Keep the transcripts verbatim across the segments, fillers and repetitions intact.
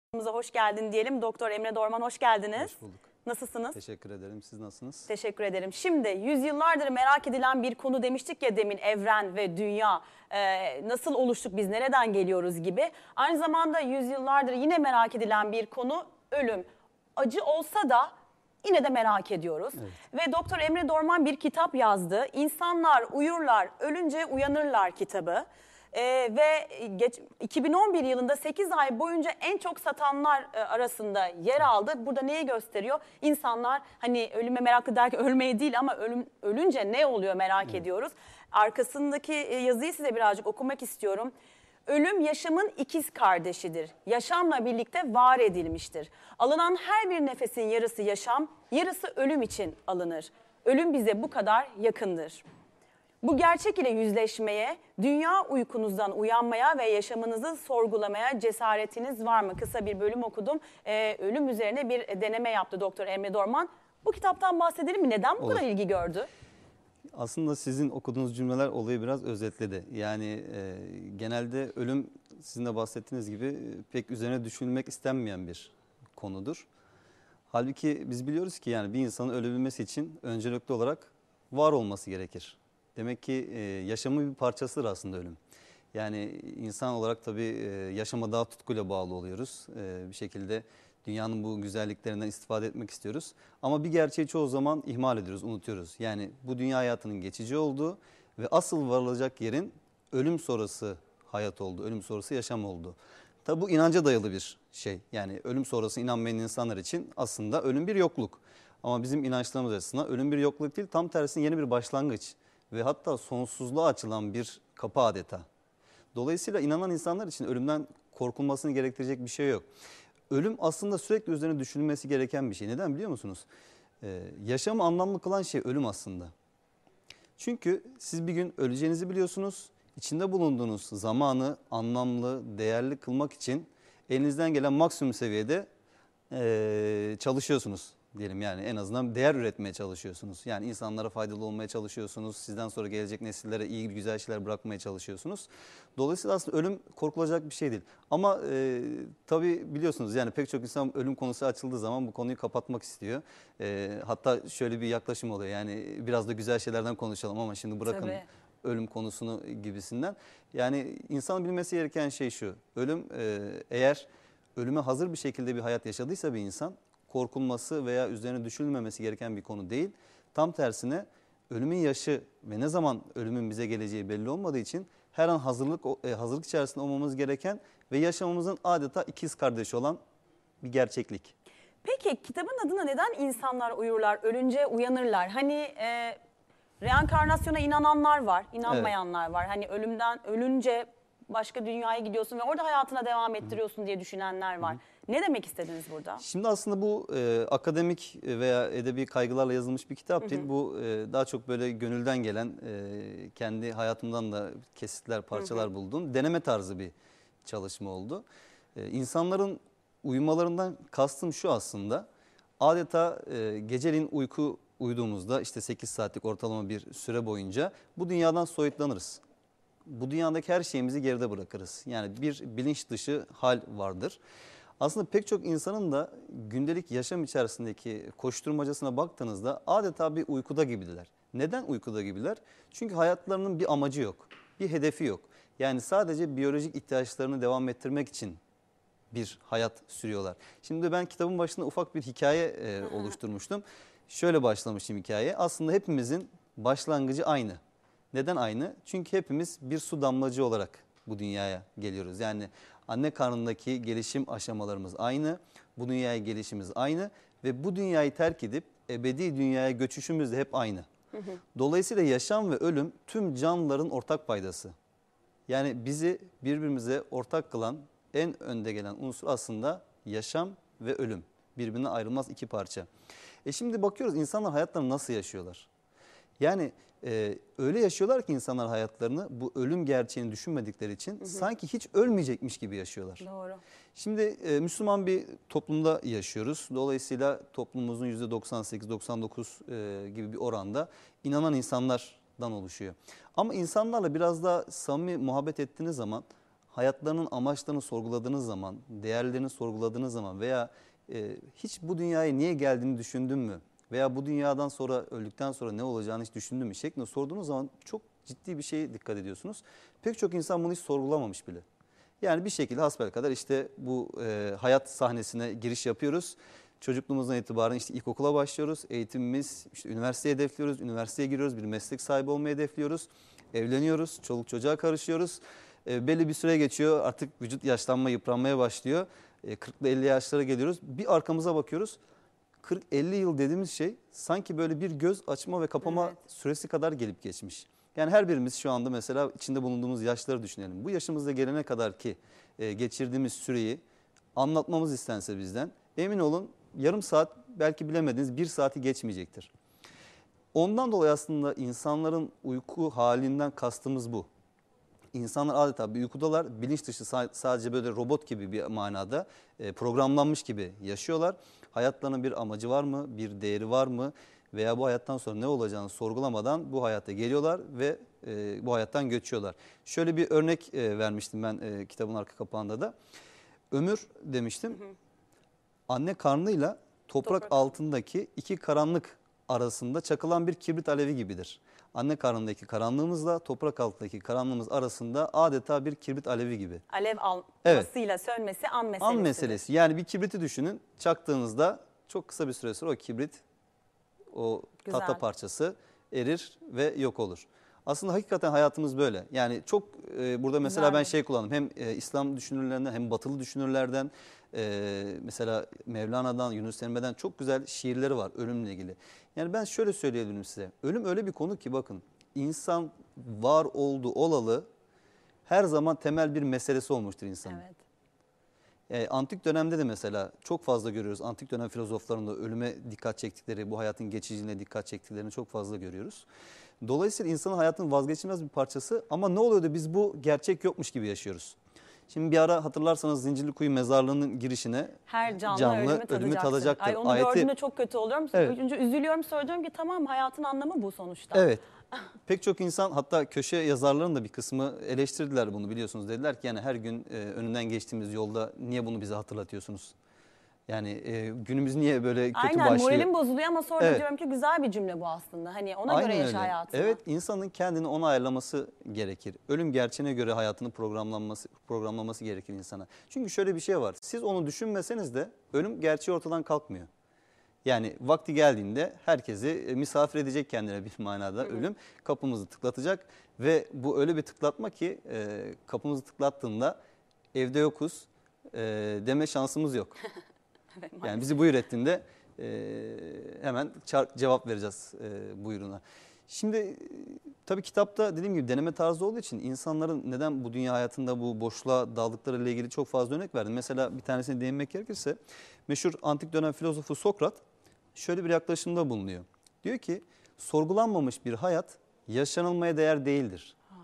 Hoş geldin diyelim. Doktor Emre Dorman, hoş geldiniz. Hoş bulduk. Nasılsınız? Teşekkür ederim. Siz nasılsınız? Teşekkür ederim. Şimdi yüzyıllardır merak edilen bir konu demiştik ya demin, evren ve dünya. Ee, nasıl oluştuk biz, nereden geliyoruz gibi. Aynı zamanda yüzyıllardır yine merak edilen bir konu ölüm. Acı olsa da yine de merak ediyoruz. Evet. Ve Doktor Emre Dorman bir kitap yazdı. İnsanlar uyurlar, ölünce uyanırlar kitabı. Ee, ve geç, iki bin on bir yılında sekiz ay boyunca en çok satanlar e, arasında yer aldı. Burada neyi gösteriyor? İnsanlar hani ölüme meraklı derken ölmeye değil ama ölüm, ölünce ne oluyor merak evet. ediyoruz. Arkasındaki e, yazıyı size birazcık okumak istiyorum. Ölüm yaşamın ikiz kardeşidir. Yaşamla birlikte var edilmiştir. Alınan her bir nefesin yarısı yaşam, yarısı ölüm için alınır. Ölüm bize bu kadar yakındır. Bu gerçek ile yüzleşmeye, dünya uykunuzdan uyanmaya ve yaşamınızı sorgulamaya cesaretiniz var mı? Kısa bir bölüm okudum. Ee, ölüm üzerine bir deneme yaptı Doktor Emre Dorman. Bu kitaptan bahsedelim mi? Neden bu Olur. kadar ilgi gördü? Aslında sizin okuduğunuz cümleler olayı biraz özetledi. Yani e, genelde ölüm sizin de bahsettiğiniz gibi pek üzerine düşünülmek istenmeyen bir konudur. Halbuki biz biliyoruz ki yani bir insanın ölebilmesi için öncelikli olarak var olması gerekir. Demek ki e, yaşamın bir parçasıdır aslında ölüm. Yani insan olarak tabii e, yaşama daha tutkuyla bağlı oluyoruz. E, bir şekilde dünyanın bu güzelliklerinden istifade etmek istiyoruz. Ama bir gerçeği çoğu zaman ihmal ediyoruz, unutuyoruz. Yani bu dünya hayatının geçici olduğu ve asıl varılacak yerin ölüm sonrası hayat oldu, ölüm sonrası yaşam oldu. Tabii bu inanca dayalı bir şey. Yani ölüm sonrası inanmayan insanlar için aslında ölüm bir yokluk. Ama bizim inançlarımız açısından ölüm bir yokluk değil, tam tersine yeni bir başlangıç. Ve hatta sonsuzluğa açılan bir kapı adeta. Dolayısıyla inanan insanlar için ölümden korkulmasını gerektirecek bir şey yok. Ölüm aslında sürekli üzerine düşünülmesi gereken bir şey. Neden biliyor musunuz? Ee, yaşamı anlamlı kılan şey ölüm aslında. Çünkü siz bir gün öleceğinizi biliyorsunuz. İçinde bulunduğunuz zamanı anlamlı, değerli kılmak için elinizden gelen maksimum seviyede ee, çalışıyorsunuz. Diyelim yani en azından değer üretmeye çalışıyorsunuz. Yani insanlara faydalı olmaya çalışıyorsunuz. Sizden sonra gelecek nesillere iyi güzel şeyler bırakmaya çalışıyorsunuz. Dolayısıyla aslında ölüm korkulacak bir şey değil. Ama e, tabii biliyorsunuz yani pek çok insan ölüm konusu açıldığı zaman bu konuyu kapatmak istiyor. E, hatta şöyle bir yaklaşım oluyor. Yani biraz da güzel şeylerden konuşalım ama şimdi bırakın tabii. ölüm konusunu gibisinden. Yani insanın bilmesi gereken şey şu. Ölüm e, eğer ölüme hazır bir şekilde bir hayat yaşadıysa bir insan korkulması veya üzerine düşünülmemesi gereken bir konu değil. Tam tersine ölümün yaşı ve ne zaman ölümün bize geleceği belli olmadığı için her an hazırlık hazırlık içerisinde olmamız gereken ve yaşamımızın adeta ikiz kardeşi olan bir gerçeklik. Peki kitabın adına neden insanlar uyurlar, ölünce uyanırlar? Hani e, reenkarnasyona inananlar var, inanmayanlar evet. var. Hani ölümden ölünce başka dünyaya gidiyorsun ve orada hayatına devam ettiriyorsun Hı. diye düşünenler var. Hı. Ne demek istediniz burada? Şimdi aslında bu e, akademik veya edebi kaygılarla yazılmış bir kitap Hı-hı. değil. Bu e, daha çok böyle gönülden gelen, e, kendi hayatımdan da kesitler, parçalar Hı-hı. bulduğum deneme tarzı bir çalışma oldu. E, insanların uyumalarından kastım şu aslında. Adeta e, geceliğin uyku uyuduğumuzda işte sekiz saatlik ortalama bir süre boyunca bu dünyadan soyutlanırız. Bu dünyadaki her şeyimizi geride bırakırız. Yani bir bilinç dışı hal vardır. Aslında pek çok insanın da gündelik yaşam içerisindeki koşturmacasına baktığınızda adeta bir uykuda gibiler. Neden uykuda gibiler? Çünkü hayatlarının bir amacı yok, bir hedefi yok. Yani sadece biyolojik ihtiyaçlarını devam ettirmek için bir hayat sürüyorlar. Şimdi ben kitabın başında ufak bir hikaye e, oluşturmuştum. Şöyle başlamıştım hikaye. Aslında hepimizin başlangıcı aynı. Neden aynı? Çünkü hepimiz bir su damlacı olarak bu dünyaya geliyoruz. Yani anne karnındaki gelişim aşamalarımız aynı, bu dünyaya gelişimiz aynı ve bu dünyayı terk edip ebedi dünyaya göçüşümüz de hep aynı. Hı hı. Dolayısıyla yaşam ve ölüm tüm canlıların ortak paydası. Yani bizi birbirimize ortak kılan en önde gelen unsur aslında yaşam ve ölüm. Birbirinden ayrılmaz iki parça. E şimdi bakıyoruz insanlar hayatlarını nasıl yaşıyorlar? Yani e, öyle yaşıyorlar ki insanlar hayatlarını bu ölüm gerçeğini düşünmedikleri için hı hı. sanki hiç ölmeyecekmiş gibi yaşıyorlar. Doğru. Şimdi e, Müslüman bir toplumda yaşıyoruz. Dolayısıyla toplumumuzun yüzde doksan sekiz doksan dokuz e, gibi bir oranda inanan insanlardan oluşuyor. Ama insanlarla biraz daha samimi muhabbet ettiğiniz zaman hayatlarının amaçlarını sorguladığınız zaman, değerlerini sorguladığınız zaman veya e, hiç bu dünyaya niye geldiğini düşündün mü? Veya bu dünyadan sonra, öldükten sonra ne olacağını hiç düşündün mü şeklinde sorduğunuz zaman çok ciddi bir şeye dikkat ediyorsunuz. Pek çok insan bunu hiç sorgulamamış bile. Yani bir şekilde hasbelkader işte bu e, hayat sahnesine giriş yapıyoruz. Çocukluğumuzdan itibaren işte ilkokula başlıyoruz. Eğitimimiz, işte üniversiteye hedefliyoruz. Üniversiteye giriyoruz. Bir meslek sahibi olmayı hedefliyoruz. Evleniyoruz. Çoluk çocuğa karışıyoruz. E, belli bir süre geçiyor. Artık vücut yaşlanma, yıpranmaya başlıyor. E, kırklı elli yaşlara geliyoruz. Bir arkamıza bakıyoruz. kırk elli yıl dediğimiz şey sanki böyle bir göz açma ve kapama Evet. süresi kadar gelip geçmiş. Yani her birimiz şu anda mesela içinde bulunduğumuz yaşları düşünelim. Bu yaşımıza gelene kadar ki e, geçirdiğimiz süreyi anlatmamız istense bizden, emin olun yarım saat, belki bilemediniz bir saati geçmeyecektir. Ondan dolayı aslında insanların uyku halinden kastımız bu. İnsanlar adeta bir uykudalar, bilinç dışı sadece böyle robot gibi bir manada e, programlanmış gibi yaşıyorlar. Hayatlarının bir amacı var mı, bir değeri var mı veya bu hayattan sonra ne olacağını sorgulamadan bu hayata geliyorlar ve e, bu hayattan göçüyorlar. Şöyle bir örnek e, vermiştim ben e, kitabın arka kapağında da. Ömür demiştim. Hı hı. Anne karnıyla toprak, toprak altındaki iki karanlık arasında çakılan bir kibrit alevi gibidir. Anne karnındaki karanlığımızla toprak altındaki karanlığımız arasında adeta bir kibrit alevi gibi. Alev almasıyla evet. Sönmesi an meselesi. An meselesi. Yani bir kibriti düşünün. Çaktığınızda çok kısa bir süre sonra o kibrit, o Güzel. tahta parçası erir ve yok olur. Aslında hakikaten hayatımız böyle. Yani çok e, burada mesela Güzel. ben şey kullandım. Hem e, İslam düşünürlerinden hem batılı düşünürlerden e, mesela Mevlana'dan, Yunus Emre'den çok güzel şiirleri var ölümle ilgili. Yani ben şöyle söyleyebilirim size. Ölüm öyle bir konu ki bakın insan var oldu olalı her zaman temel bir meselesi olmuştur insanın. Evet. E, antik dönemde de mesela çok fazla görüyoruz. Antik dönem filozoflarında ölüme dikkat çektikleri, bu hayatın geçiciliğine dikkat çektiklerini çok fazla görüyoruz. Dolayısıyla insanın hayatının vazgeçilmez bir parçası ama ne oluyor da biz bu gerçek yokmuş gibi yaşıyoruz. Şimdi bir ara hatırlarsanız Zincirlikuyu mezarlığının girişine her canlı, canlı ölümü, ölümü tadacaktır. tadacaktır. Ay, onu Ayeti, gördüğümde çok kötü oluyorum. Evet. Önce üzülüyorum, söylüyorum ki tamam hayatın anlamı bu sonuçta. Evet. Pek çok insan hatta köşe yazarlarının da bir kısmı eleştirdiler bunu biliyorsunuz. Dediler ki yani her gün e, önünden geçtiğimiz yolda niye bunu bize hatırlatıyorsunuz? Yani e, günümüz niye böyle kötü Aynen, başlıyor? Aynen moralim bozuluyor ama sonra evet. diyorum ki güzel bir cümle bu aslında. Hani ona Aynen göre yaşa öyle. hayatını. Evet, insanın kendini ona ayarlaması gerekir. Ölüm gerçeğine göre hayatını programlanması, programlaması gerekir insana. Çünkü şöyle bir şey var. Siz onu düşünmeseniz de ölüm gerçeği ortadan kalkmıyor. Yani vakti geldiğinde herkesi misafir edecek kendine bir manada ölüm. Kapımızı tıklatacak ve bu öyle bir tıklatma ki e, kapımızı tıklattığında evde yokuz e, deme şansımız yok. Evet, yani bizi buyur ettiğinde e, hemen cevap vereceğiz e, buyuruna. Şimdi tabii kitapta dediğim gibi deneme tarzı olduğu için insanların neden bu dünya hayatında bu boşluğa daldıkları ile ilgili çok fazla örnek verdim. Mesela bir tanesine değinmek gerekirse meşhur antik dönem filozofu Sokrat şöyle bir yaklaşımda bulunuyor. Diyor ki sorgulanmamış bir hayat yaşanılmaya değer değildir. Ay.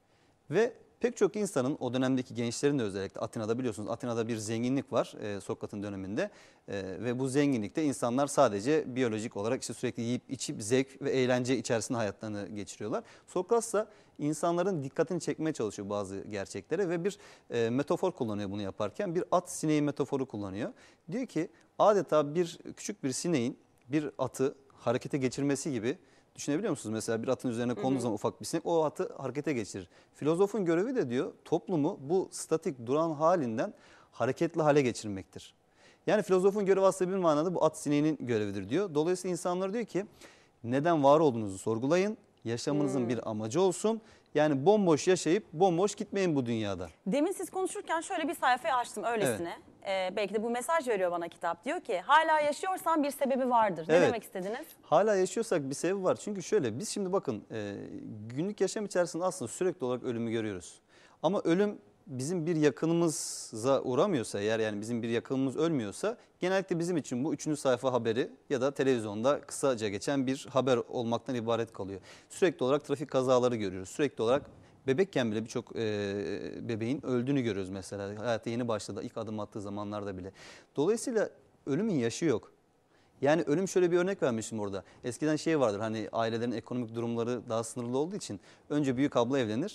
Ve pek çok insanın o dönemdeki gençlerin de özellikle Atina'da biliyorsunuz Atina'da bir zenginlik var e, Sokrat'ın döneminde e, ve bu zenginlikte insanlar sadece biyolojik olarak işte sürekli yiyip içip zevk ve eğlence içerisinde hayatlarını geçiriyorlar. Sokrat ise insanların dikkatini çekmeye çalışıyor bazı gerçeklere ve bir e, metafor kullanıyor bunu yaparken bir at sineği metaforu kullanıyor. Diyor ki adeta bir küçük bir sineğin bir atı harekete geçirmesi gibi. Düşünebiliyor musunuz? Mesela bir atın üzerine konduğu zaman ufak bir sinek o atı harekete geçirir. Filozofun görevi de diyor toplumu bu statik duran halinden hareketli hale geçirmektir. Yani filozofun görevi aslında bir manada bu at sineğinin görevidir diyor. Dolayısıyla insanlar diyor ki neden var olduğunuzu sorgulayın. Yaşamınızın hmm. bir amacı olsun. Yani bomboş yaşayıp bomboş gitmeyin bu dünyada. Demin siz konuşurken şöyle bir sayfayı açtım öylesine. Evet. Ee, belki de bu mesaj veriyor bana kitap. Diyor ki hala yaşıyorsan bir sebebi vardır. Ne evet. demek istediniz? Hala yaşıyorsak bir sebebi var. Çünkü şöyle biz şimdi bakın e, günlük yaşam içerisinde aslında sürekli olarak ölümü görüyoruz. Ama ölüm bizim bir yakınımıza uğramıyorsa eğer yani bizim bir yakınımız ölmüyorsa genellikle bizim için bu üçüncü sayfa haberi ya da televizyonda kısaca geçen bir haber olmaktan ibaret kalıyor. Sürekli olarak trafik kazaları görüyoruz. Sürekli olarak bebekken bile birçok e, bebeğin öldüğünü görüyoruz mesela. Hayata yeni başladı ilk adım attığı zamanlarda bile. Dolayısıyla ölümün yaşı yok. Yani ölüm şöyle bir örnek vermişim orada. Eskiden şey vardır hani ailelerin ekonomik durumları daha sınırlı olduğu için önce büyük abla evlenir.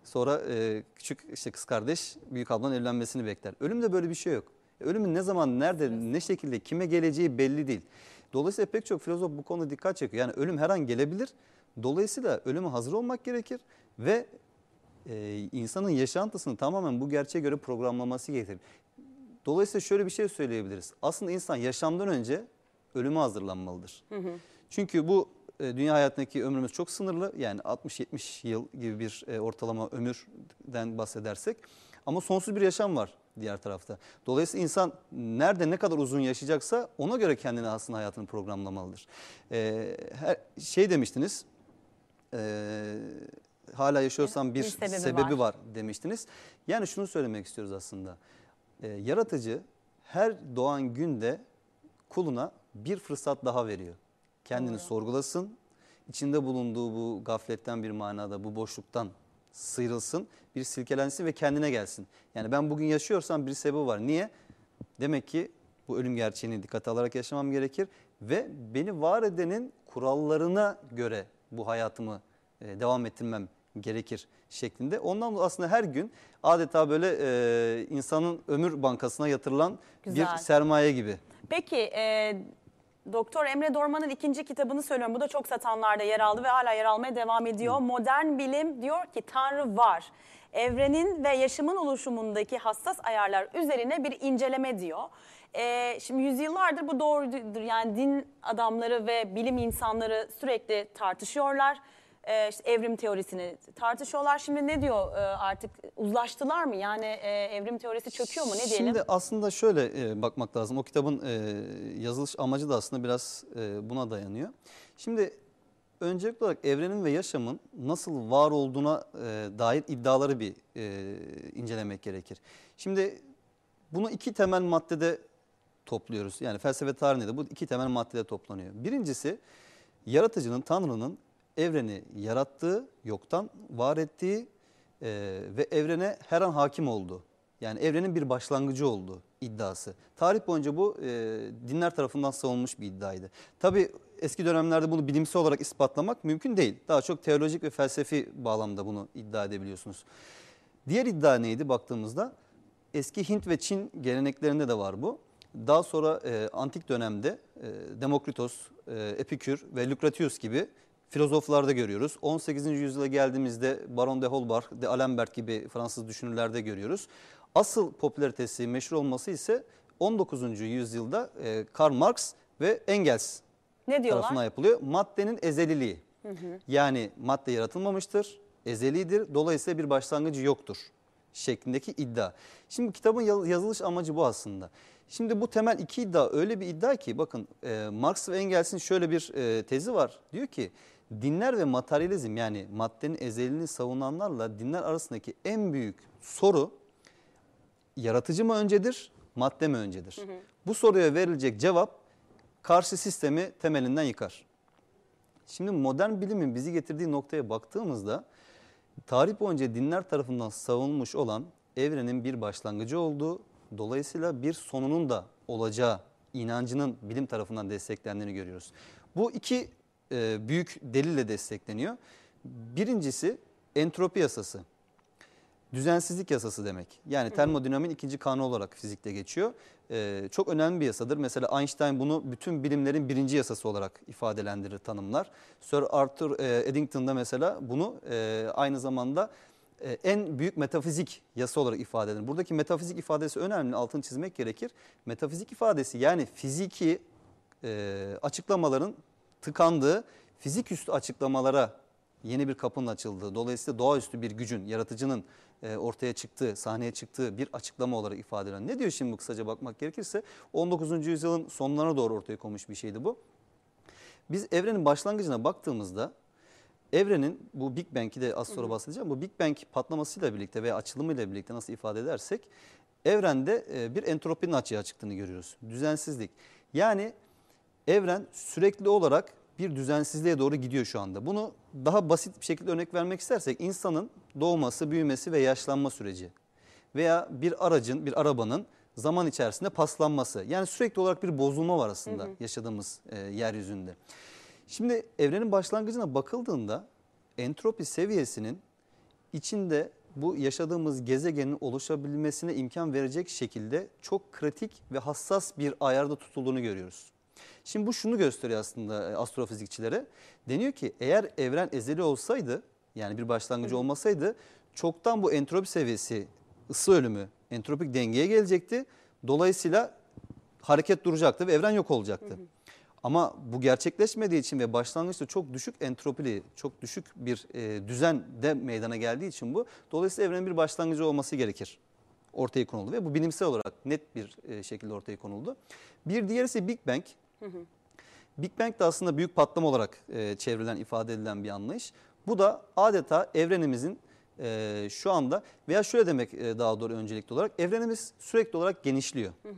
Sonra e, küçük işte kız kardeş büyük ablanın evlenmesini bekler. Ölümde böyle bir şey yok. Ölümün ne zaman, nerede, ne şekilde, kime geleceği belli değil. Dolayısıyla pek çok filozof bu konuda dikkat çekiyor. Yani ölüm her an gelebilir. Dolayısıyla ölüme hazır olmak gerekir ve e, insanın yaşantısını tamamen bu gerçeğe göre programlaması gerekir. Dolayısıyla şöyle bir şey söyleyebiliriz. Aslında insan yaşamdan önce ölüme hazırlanmalıdır. Hı hı. Çünkü bu e, dünya hayatındaki ömrümüz çok sınırlı. Yani altmış yetmiş yıl gibi bir e, ortalama ömürden bahsedersek. Ama sonsuz bir yaşam var diğer tarafta. Dolayısıyla insan nerede ne kadar uzun yaşayacaksa ona göre kendine aslında hayatını programlamalıdır. E, her, şey demiştiniz, e, hala yaşıyorsam bir, bir sebebi, sebebi var. var demiştiniz. Yani şunu söylemek istiyoruz aslında. E, yaratıcı her doğan günde kuluna bir fırsat daha veriyor. Kendini Doğru. sorgulasın, içinde bulunduğu bu gafletten bir manada, bu boşluktan sıyrılsın, bir silkelensin ve kendine gelsin. Yani ben bugün yaşıyorsam bir sebebi var. Niye? Demek ki bu ölüm gerçeğini dikkate alarak yaşamam gerekir ve beni var edenin kurallarına göre bu hayatımı e, devam ettirmem gerekir şeklinde. Ondan aslında her gün adeta böyle e, insanın ömür bankasına yatırılan Güzel. bir sermaye gibi. Peki e, Doktor Emre Dorman'ın ikinci kitabını söylüyorum. Bu da çok satanlarda yer aldı ve hala yer almaya devam ediyor. Hı. Modern bilim diyor ki Tanrı var. Evrenin ve yaşamın oluşumundaki hassas ayarlar üzerine bir inceleme diyor. Ee, şimdi yüzyıllardır bu doğrudur. Yani din adamları ve bilim insanları sürekli tartışıyorlar. Ee, işte evrim teorisini tartışıyorlar. Şimdi ne diyor ee, artık uzlaştılar mı? Yani e, evrim teorisi çöküyor mu? Ne diyelim? Şimdi aslında şöyle e, bakmak lazım. O kitabın e, yazılış amacı da aslında biraz e, buna dayanıyor. Şimdi öncelikli olarak evrenin ve yaşamın nasıl var olduğuna e, dair iddiaları bir e, incelemek gerekir. Şimdi bunu iki temel maddede topluyoruz. Yani felsefe tarihinde de bu iki temel maddede toplanıyor. Birincisi yaratıcının, Tanrı'nın evreni yarattığı, yoktan var ettiği e, ve evrene her an hakim olduğu. Yani evrenin bir başlangıcı olduğu iddiası. Tarih boyunca bu e, dinler tarafından savunulmuş bir iddiaydı. Tabii eski dönemlerde bunu bilimsel olarak ispatlamak mümkün değil. Daha çok teolojik ve felsefi bağlamda bunu iddia edebiliyorsunuz. Diğer iddia neydi baktığımızda? Eski Hint ve Çin geleneklerinde de var bu. Daha sonra e, antik dönemde e, Demokritos, e, Epikür ve Lucretius gibi filozoflarda görüyoruz. on sekizinci yüzyıla geldiğimizde Baron de Holbach, de D'Alembert gibi Fransız düşünürlerde görüyoruz. Asıl popülaritesi, meşhur olması ise on dokuzuncu yüzyılda e, Karl Marx ve Engels ne diyorlar? tarafından yapılıyor. Maddenin ezeliliği. Hı hı. Yani madde yaratılmamıştır, ezelidir. Dolayısıyla bir başlangıcı yoktur şeklindeki iddia. Şimdi kitabın yazılış amacı bu aslında. Şimdi bu temel iki iddia öyle bir iddia ki bakın e, Marx ve Engels'in şöyle bir e, tezi var. Diyor ki dinler ve materyalizm yani maddenin ezeliliğini savunanlarla dinler arasındaki en büyük soru yaratıcı mı öncedir, madde mi öncedir? Hı hı. Bu soruya verilecek cevap karşı sistemi temelinden yıkar. Şimdi modern bilimin bizi getirdiği noktaya baktığımızda tarih boyunca dinler tarafından savunulmuş olan evrenin bir başlangıcı olduğu, dolayısıyla bir sonunun da olacağı inancının bilim tarafından desteklendiğini görüyoruz. Bu iki e, büyük delille destekleniyor. Birincisi entropi yasası. Düzensizlik yasası demek. Yani termodinamiğin ikinci kanunu olarak fizikte geçiyor. Ee, çok önemli bir yasadır. Mesela Einstein bunu bütün bilimlerin birinci yasası olarak ifadelendirir, tanımlar. Sir Arthur e, Eddington da mesela bunu e, aynı zamanda e, en büyük metafizik yasa olarak ifade eder. Buradaki metafizik ifadesi önemli, altını çizmek gerekir. Metafizik ifadesi yani fiziki e, açıklamaların tıkandığı, fizik üstü açıklamalara yeni bir kapının açıldığı, dolayısıyla doğaüstü bir gücün, yaratıcının ortaya çıktığı, sahneye çıktığı bir açıklama olarak ifade edilen. Ne diyor şimdi bu kısaca bakmak gerekirse? on dokuzuncu yüzyılın sonlarına doğru ortaya konmuş bir şeydi bu. Biz evrenin başlangıcına baktığımızda evrenin bu Big Bang'i de az sonra bahsedeceğim. Bu Big Bang patlamasıyla birlikte veya açılımıyla birlikte nasıl ifade edersek evrende bir entropinin açığa çıktığını görüyoruz. Düzensizlik. Yani evren sürekli olarak bir düzensizliğe doğru gidiyor şu anda. Bunu daha basit bir şekilde örnek vermek istersek insanın doğması, büyümesi ve yaşlanma süreci veya bir aracın, bir arabanın zaman içerisinde paslanması. Yani sürekli olarak bir bozulma var aslında hı hı. yaşadığımız e, yeryüzünde. Şimdi evrenin başlangıcına bakıldığında entropi seviyesinin içinde bu yaşadığımız gezegenin oluşabilmesine imkan verecek şekilde çok kritik ve hassas bir ayarda tutulduğunu görüyoruz. Şimdi bu şunu gösteriyor aslında astrofizikçilere. Deniyor ki eğer evren ezeli olsaydı, yani bir başlangıcı olmasaydı, çoktan bu entropi seviyesi, ısı ölümü, entropik dengeye gelecekti. Dolayısıyla hareket duracaktı ve evren yok olacaktı. Hı hı. Ama bu gerçekleşmediği için ve başlangıçta çok düşük entropili, çok düşük bir e, düzende meydana geldiği için bu. Dolayısıyla evrenin bir başlangıcı olması gerekir. Ortaya konuldu ve bu bilimsel olarak net bir e, şekilde ortaya konuldu. Bir diğeri ise Big Bang. Hı hı. Big Bang de aslında büyük patlama olarak e, çevrilen, ifade edilen bir anlayış. Bu da adeta evrenimizin e, şu anda veya şöyle demek e, daha doğru öncelikli olarak, evrenimiz sürekli olarak genişliyor. Hı hı.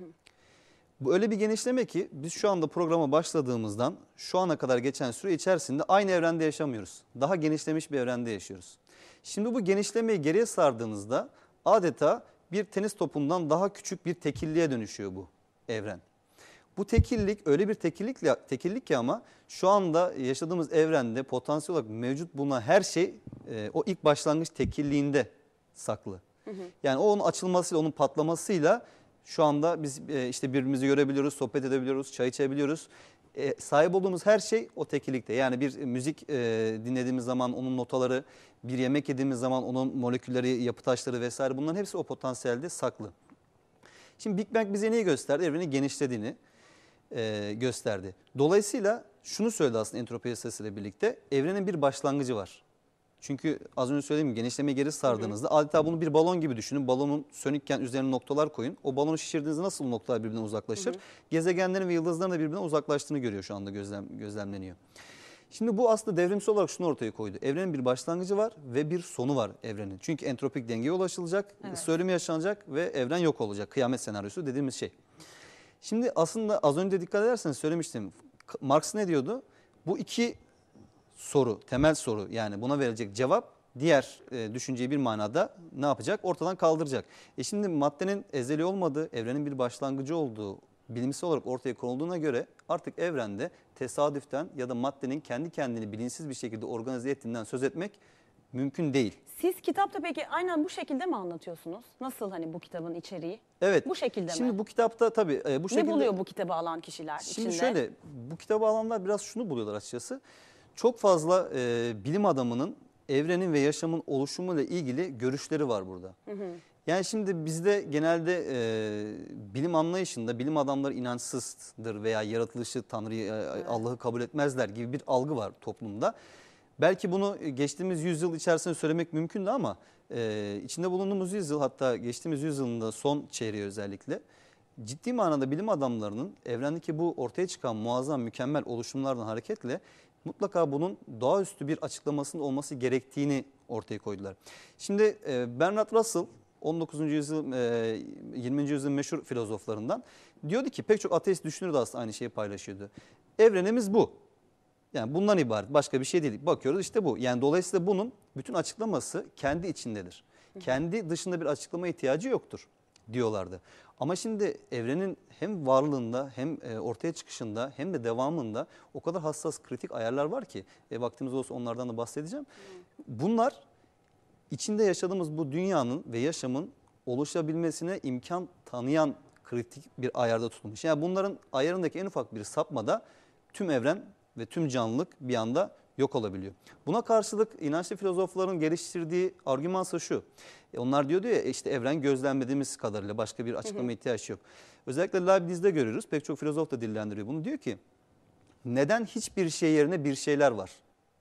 Bu öyle bir genişleme ki biz şu anda programa başladığımızdan şu ana kadar geçen süre içerisinde aynı evrende yaşamıyoruz. Daha genişlemiş bir evrende yaşıyoruz. Şimdi bu genişlemeyi geriye sardığınızda adeta bir tenis topundan daha küçük bir tekilliğe dönüşüyor bu evren. Bu tekillik öyle bir tekillik, tekillik ki ama şu anda yaşadığımız evrende potansiyel olarak mevcut bulunan her şey e, o ilk başlangıç tekilliğinde saklı. Hı hı. Yani o onun açılmasıyla, onun patlamasıyla şu anda biz e, işte birbirimizi görebiliyoruz, sohbet edebiliyoruz, çay içebiliyoruz. E, sahip olduğumuz her şey o tekillikte. Yani bir müzik e, dinlediğimiz zaman onun notaları, bir yemek yediğimiz zaman onun molekülleri, yapı taşları vesaire, bunların hepsi o potansiyelde saklı. Şimdi Big Bang bize neyi gösterdi? Evrenin genişlediğini e, gösterdi. Dolayısıyla şunu söyledi aslında entropi yasasıyla birlikte, evrenin bir başlangıcı var. Çünkü az önce söylediğim gibi genişlemeyi geri sardığınızda hı hı. adeta bunu bir balon gibi düşünün. Balonun sönükken üzerine noktalar koyun. O balonu şişirdiğinizde nasıl noktalar birbirinden uzaklaşır? Hı hı. Gezegenlerin ve yıldızların da birbirinden uzaklaştığını görüyor şu anda, gözlem, gözlemleniyor. Şimdi bu aslında devrimsel olarak şunu ortaya koydu. Evrenin bir başlangıcı var ve bir sonu var evrenin. Çünkü entropik dengeye ulaşılacak, evet. ısı ölümü yaşanacak ve evren yok olacak. Kıyamet senaryosu dediğimiz şey. Şimdi aslında az önce dikkat ederseniz söylemiştim. Marx ne diyordu? Bu iki soru, temel soru, yani buna verilecek cevap diğer e, düşünceyi bir manada ne yapacak? Ortadan kaldıracak. E şimdi maddenin ezeli olmadığı, evrenin bir başlangıcı olduğu bilimsel olarak ortaya konulduğuna göre artık evrende tesadüften ya da maddenin kendi kendini bilinçsiz bir şekilde organize ettiğinden söz etmek mümkün değil. Siz kitapta peki aynen bu şekilde mi anlatıyorsunuz? Nasıl hani bu kitabın içeriği? Evet. Bu şekilde şimdi mi? Şimdi bu kitapta tabii e, bu şekilde. Ne buluyor bu kitabı alan kişiler şimdi içinde? Şimdi şöyle, bu kitabı alanlar biraz şunu buluyorlar açıkçası. Çok fazla e, bilim adamının evrenin ve yaşamın oluşumuyla ilgili görüşleri var burada. Hı hı. Yani şimdi bizde genelde e, bilim anlayışında bilim adamları inançsızdır veya yaratılışı, Tanrı'yı, evet. Allah'ı kabul etmezler gibi bir algı var toplumda. Belki bunu geçtiğimiz yüzyıl içerisinde söylemek mümkündü ama e, içinde bulunduğumuz yüzyıl, hatta geçtiğimiz yüzyılın da son çeyreği özellikle ciddi manada bilim adamlarının evrendeki bu ortaya çıkan muazzam, mükemmel oluşumlardan hareketle mutlaka bunun doğaüstü bir açıklamasının olması gerektiğini ortaya koydular. Şimdi e, Bernard Russell on dokuzuncu yüzyıl, e, yirminci yüzyılın meşhur filozoflarından diyordu ki, pek çok ateist düşünür de aslında aynı şeyi paylaşıyordu. Evrenimiz bu. Yani bundan ibaret, başka bir şey değil. Bakıyoruz işte bu. Yani dolayısıyla bunun bütün açıklaması kendi içindedir. Kendi dışında bir açıklama ihtiyacı yoktur diyorlardı. Ama şimdi evrenin hem varlığında hem ortaya çıkışında hem de devamında o kadar hassas, kritik ayarlar var ki e, vaktimiz olsa onlardan da bahsedeceğim. Bunlar içinde yaşadığımız bu dünyanın ve yaşamın oluşabilmesine imkan tanıyan kritik bir ayarda tutulmuş. Yani bunların ayarındaki en ufak bir sapmada tüm evren ve tüm canlılık bir anda yok olabiliyor. Buna karşılık inançlı filozofların geliştirdiği argümansa şu. E onlar diyordu ya, işte evren gözlemlediğimiz kadarıyla başka bir açıklama ihtiyaç yok. Özellikle Leibniz'de görüyoruz. Pek çok filozof da dillendiriyor bunu. Diyor ki, neden hiçbir şey yerine bir şeyler var?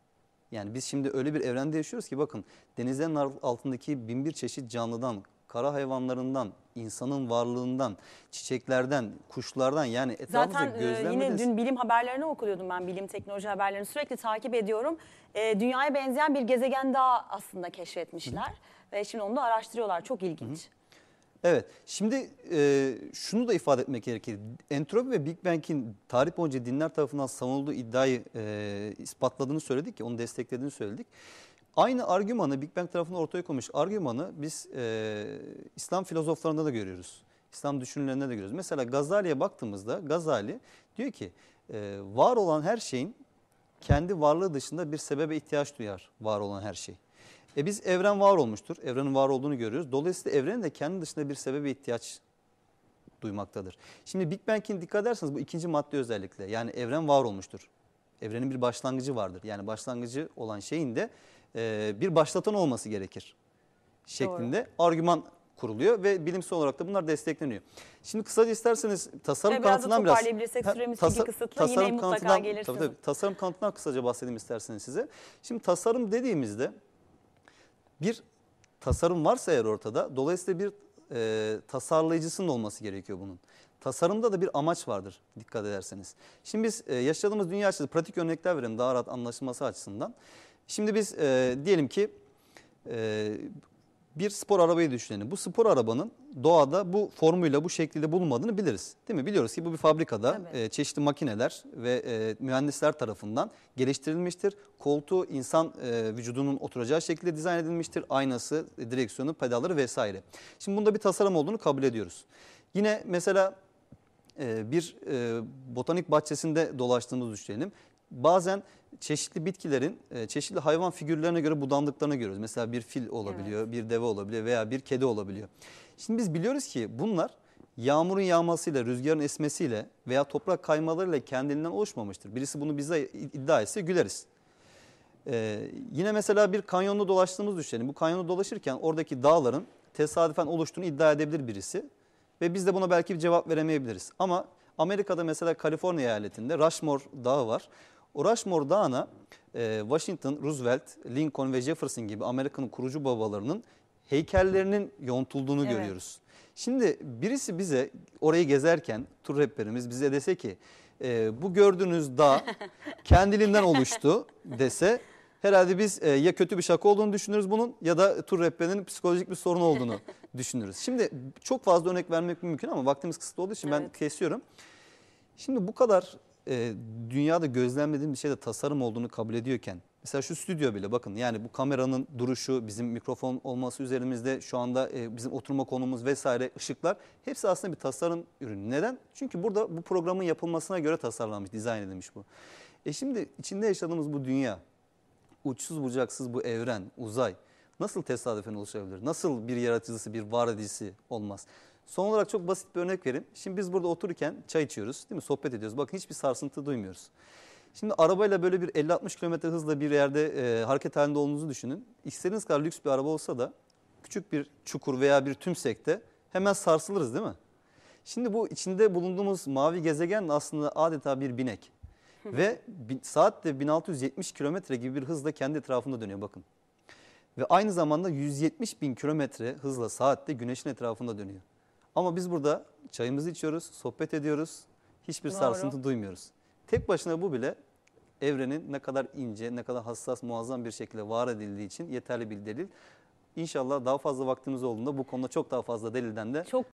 Yani biz şimdi öyle bir evrende yaşıyoruz ki bakın, denizlerin altındaki bin bir çeşit canlıdan, kara hayvanlarından, insanın varlığından, çiçeklerden, kuşlardan, yani etrafımızda gözlemlediğiniz... Zaten yine dün bilim haberlerini okuyordum ben, bilim teknoloji haberlerini sürekli takip ediyorum. E, dünyaya benzeyen bir gezegen daha aslında keşfetmişler. Hı. Ve şimdi onu da araştırıyorlar. Çok ilginç. Hı. Evet, şimdi e, şunu da ifade etmek gerekir. Entropi ve Big Bang'in tarih boyunca dinler tarafından savunulduğu iddiayı e, ispatladığını söyledik ki, onu desteklediğini söyledik. Aynı argümanı, Big Bang tarafından ortaya konmuş argümanı biz e, İslam filozoflarında da görüyoruz. İslam düşünürlerinde de görüyoruz. Mesela Gazali'ye baktığımızda Gazali diyor ki e, var olan her şeyin kendi varlığı dışında bir sebebe ihtiyaç duyar, var olan her şey. E biz evren var olmuştur. Evrenin var olduğunu görüyoruz. Dolayısıyla evrenin de kendi dışında bir sebebe ihtiyaç duymaktadır. Şimdi Big Bang'in dikkat ederseniz bu ikinci madde özellikle. Yani evren var olmuştur. Evrenin bir başlangıcı vardır. Yani başlangıcı olan şeyin de e, bir başlatan olması gerekir şeklinde Doğru. argüman kuruluyor ve bilimsel olarak da bunlar destekleniyor. Şimdi kısaca isterseniz tasarım Ve biraz da kanıtından biraz toparlayabilirsek Ha, süremiz tasa- çünkü kısıtlı. tasarım Yine mutlaka kanıtından- geliriz. tabii, tabii, tasarım kanıtından kısaca bahsedeyim isterseniz size. Şimdi tasarım dediğimizde bir tasarım varsa eğer ortada, dolayısıyla bir e, tasarlayıcısının olması gerekiyor bunun. Tasarımda da bir amaç vardır dikkat ederseniz. Şimdi biz e, yaşadığımız dünya açısından pratik örnekler verelim daha rahat anlaşılması açısından. Şimdi biz e, diyelim ki e, bir spor arabayı düşünelim. Bu spor arabanın doğada bu formuyla, bu şekilde bulunmadığını biliriz. Değil mi? Biliyoruz ki bu bir fabrikada Evet. e, çeşitli makineler ve e, mühendisler tarafından geliştirilmiştir. Koltuğu insan e, vücudunun oturacağı şekilde dizayn edilmiştir. Aynası, e, direksiyonu, pedalları vesaire. Şimdi bunda bir tasarım olduğunu kabul ediyoruz. Yine mesela e, bir e, botanik bahçesinde dolaştığımızı düşünelim. Bazen çeşitli bitkilerin e, çeşitli hayvan figürlerine göre budandıklarını görüyoruz. Mesela bir fil olabiliyor, evet. bir deve olabiliyor veya bir kedi olabiliyor. Şimdi biz biliyoruz ki bunlar yağmurun yağmasıyla, rüzgarın esmesiyle veya toprak kaymalarıyla kendiliğinden oluşmamıştır. Birisi bunu bize iddia etse güleriz. Ee, yine mesela bir kanyonda dolaştığımızı düşünelim. Bu kanyonda dolaşırken oradaki dağların tesadüfen oluştuğunu iddia edebilir birisi. Ve biz de buna belki bir cevap veremeyebiliriz. Ama Amerika'da mesela Kaliforniya eyaletinde Rushmore Dağı var. O Rushmore Dağı'na e, Washington, Roosevelt, Lincoln ve Jefferson gibi Amerika'nın kurucu babalarının heykellerinin yontulduğunu Evet. görüyoruz. Şimdi birisi bize orayı gezerken tur rehberimiz bize dese ki e, bu gördüğünüz dağ kendiliğinden oluştu dese herhalde biz e, ya kötü bir şaka olduğunu düşünürüz bunun ya da tur rehberinin psikolojik bir sorun olduğunu düşünürüz. Şimdi çok fazla örnek vermek mümkün ama vaktimiz kısıtlı olduğu için ben Evet. kesiyorum. Şimdi bu kadar e, dünyada gözlemlediğim bir şeyde tasarım olduğunu kabul ediyorken mesela şu stüdyo bile bakın yani bu kameranın duruşu, bizim mikrofon olması üzerimizde şu anda e, bizim oturma konumuz vesaire ışıklar hepsi aslında bir tasarım ürünü. Neden? Çünkü burada bu programın yapılmasına göre tasarlanmış, dizayn edilmiş bu. E şimdi içinde yaşadığımız bu dünya, uçsuz bucaksız bu evren, uzay nasıl tesadüfen oluşabilir? Nasıl bir yaratıcısı, bir var edicisi olmaz? Son olarak çok basit bir örnek vereyim. Şimdi biz burada otururken çay içiyoruz, değil mi? Sohbet ediyoruz. Bakın hiçbir sarsıntı duymuyoruz. Şimdi arabayla böyle bir elli altmış kilometre hızla bir yerde e, hareket halinde olduğunuzu düşünün. İstediğiniz kadar lüks bir araba olsa da küçük bir çukur veya bir tümsekte hemen sarsılırız değil mi? Şimdi bu içinde bulunduğumuz mavi gezegen aslında adeta bir binek. Ve bin, saatte bin altı yüz yetmiş kilometre gibi bir hızla kendi etrafında dönüyor bakın. Ve aynı zamanda yüz yetmiş bin kilometre hızla saatte güneşin etrafında dönüyor. Ama biz burada çayımızı içiyoruz, sohbet ediyoruz, hiçbir Doğru. sarsıntı duymuyoruz. Tek başına bu bile evrenin ne kadar ince, ne kadar hassas, muazzam bir şekilde var edildiği için yeterli bir delil. İnşallah daha fazla vaktimiz olduğunda bu konuda çok daha fazla delilden de Çok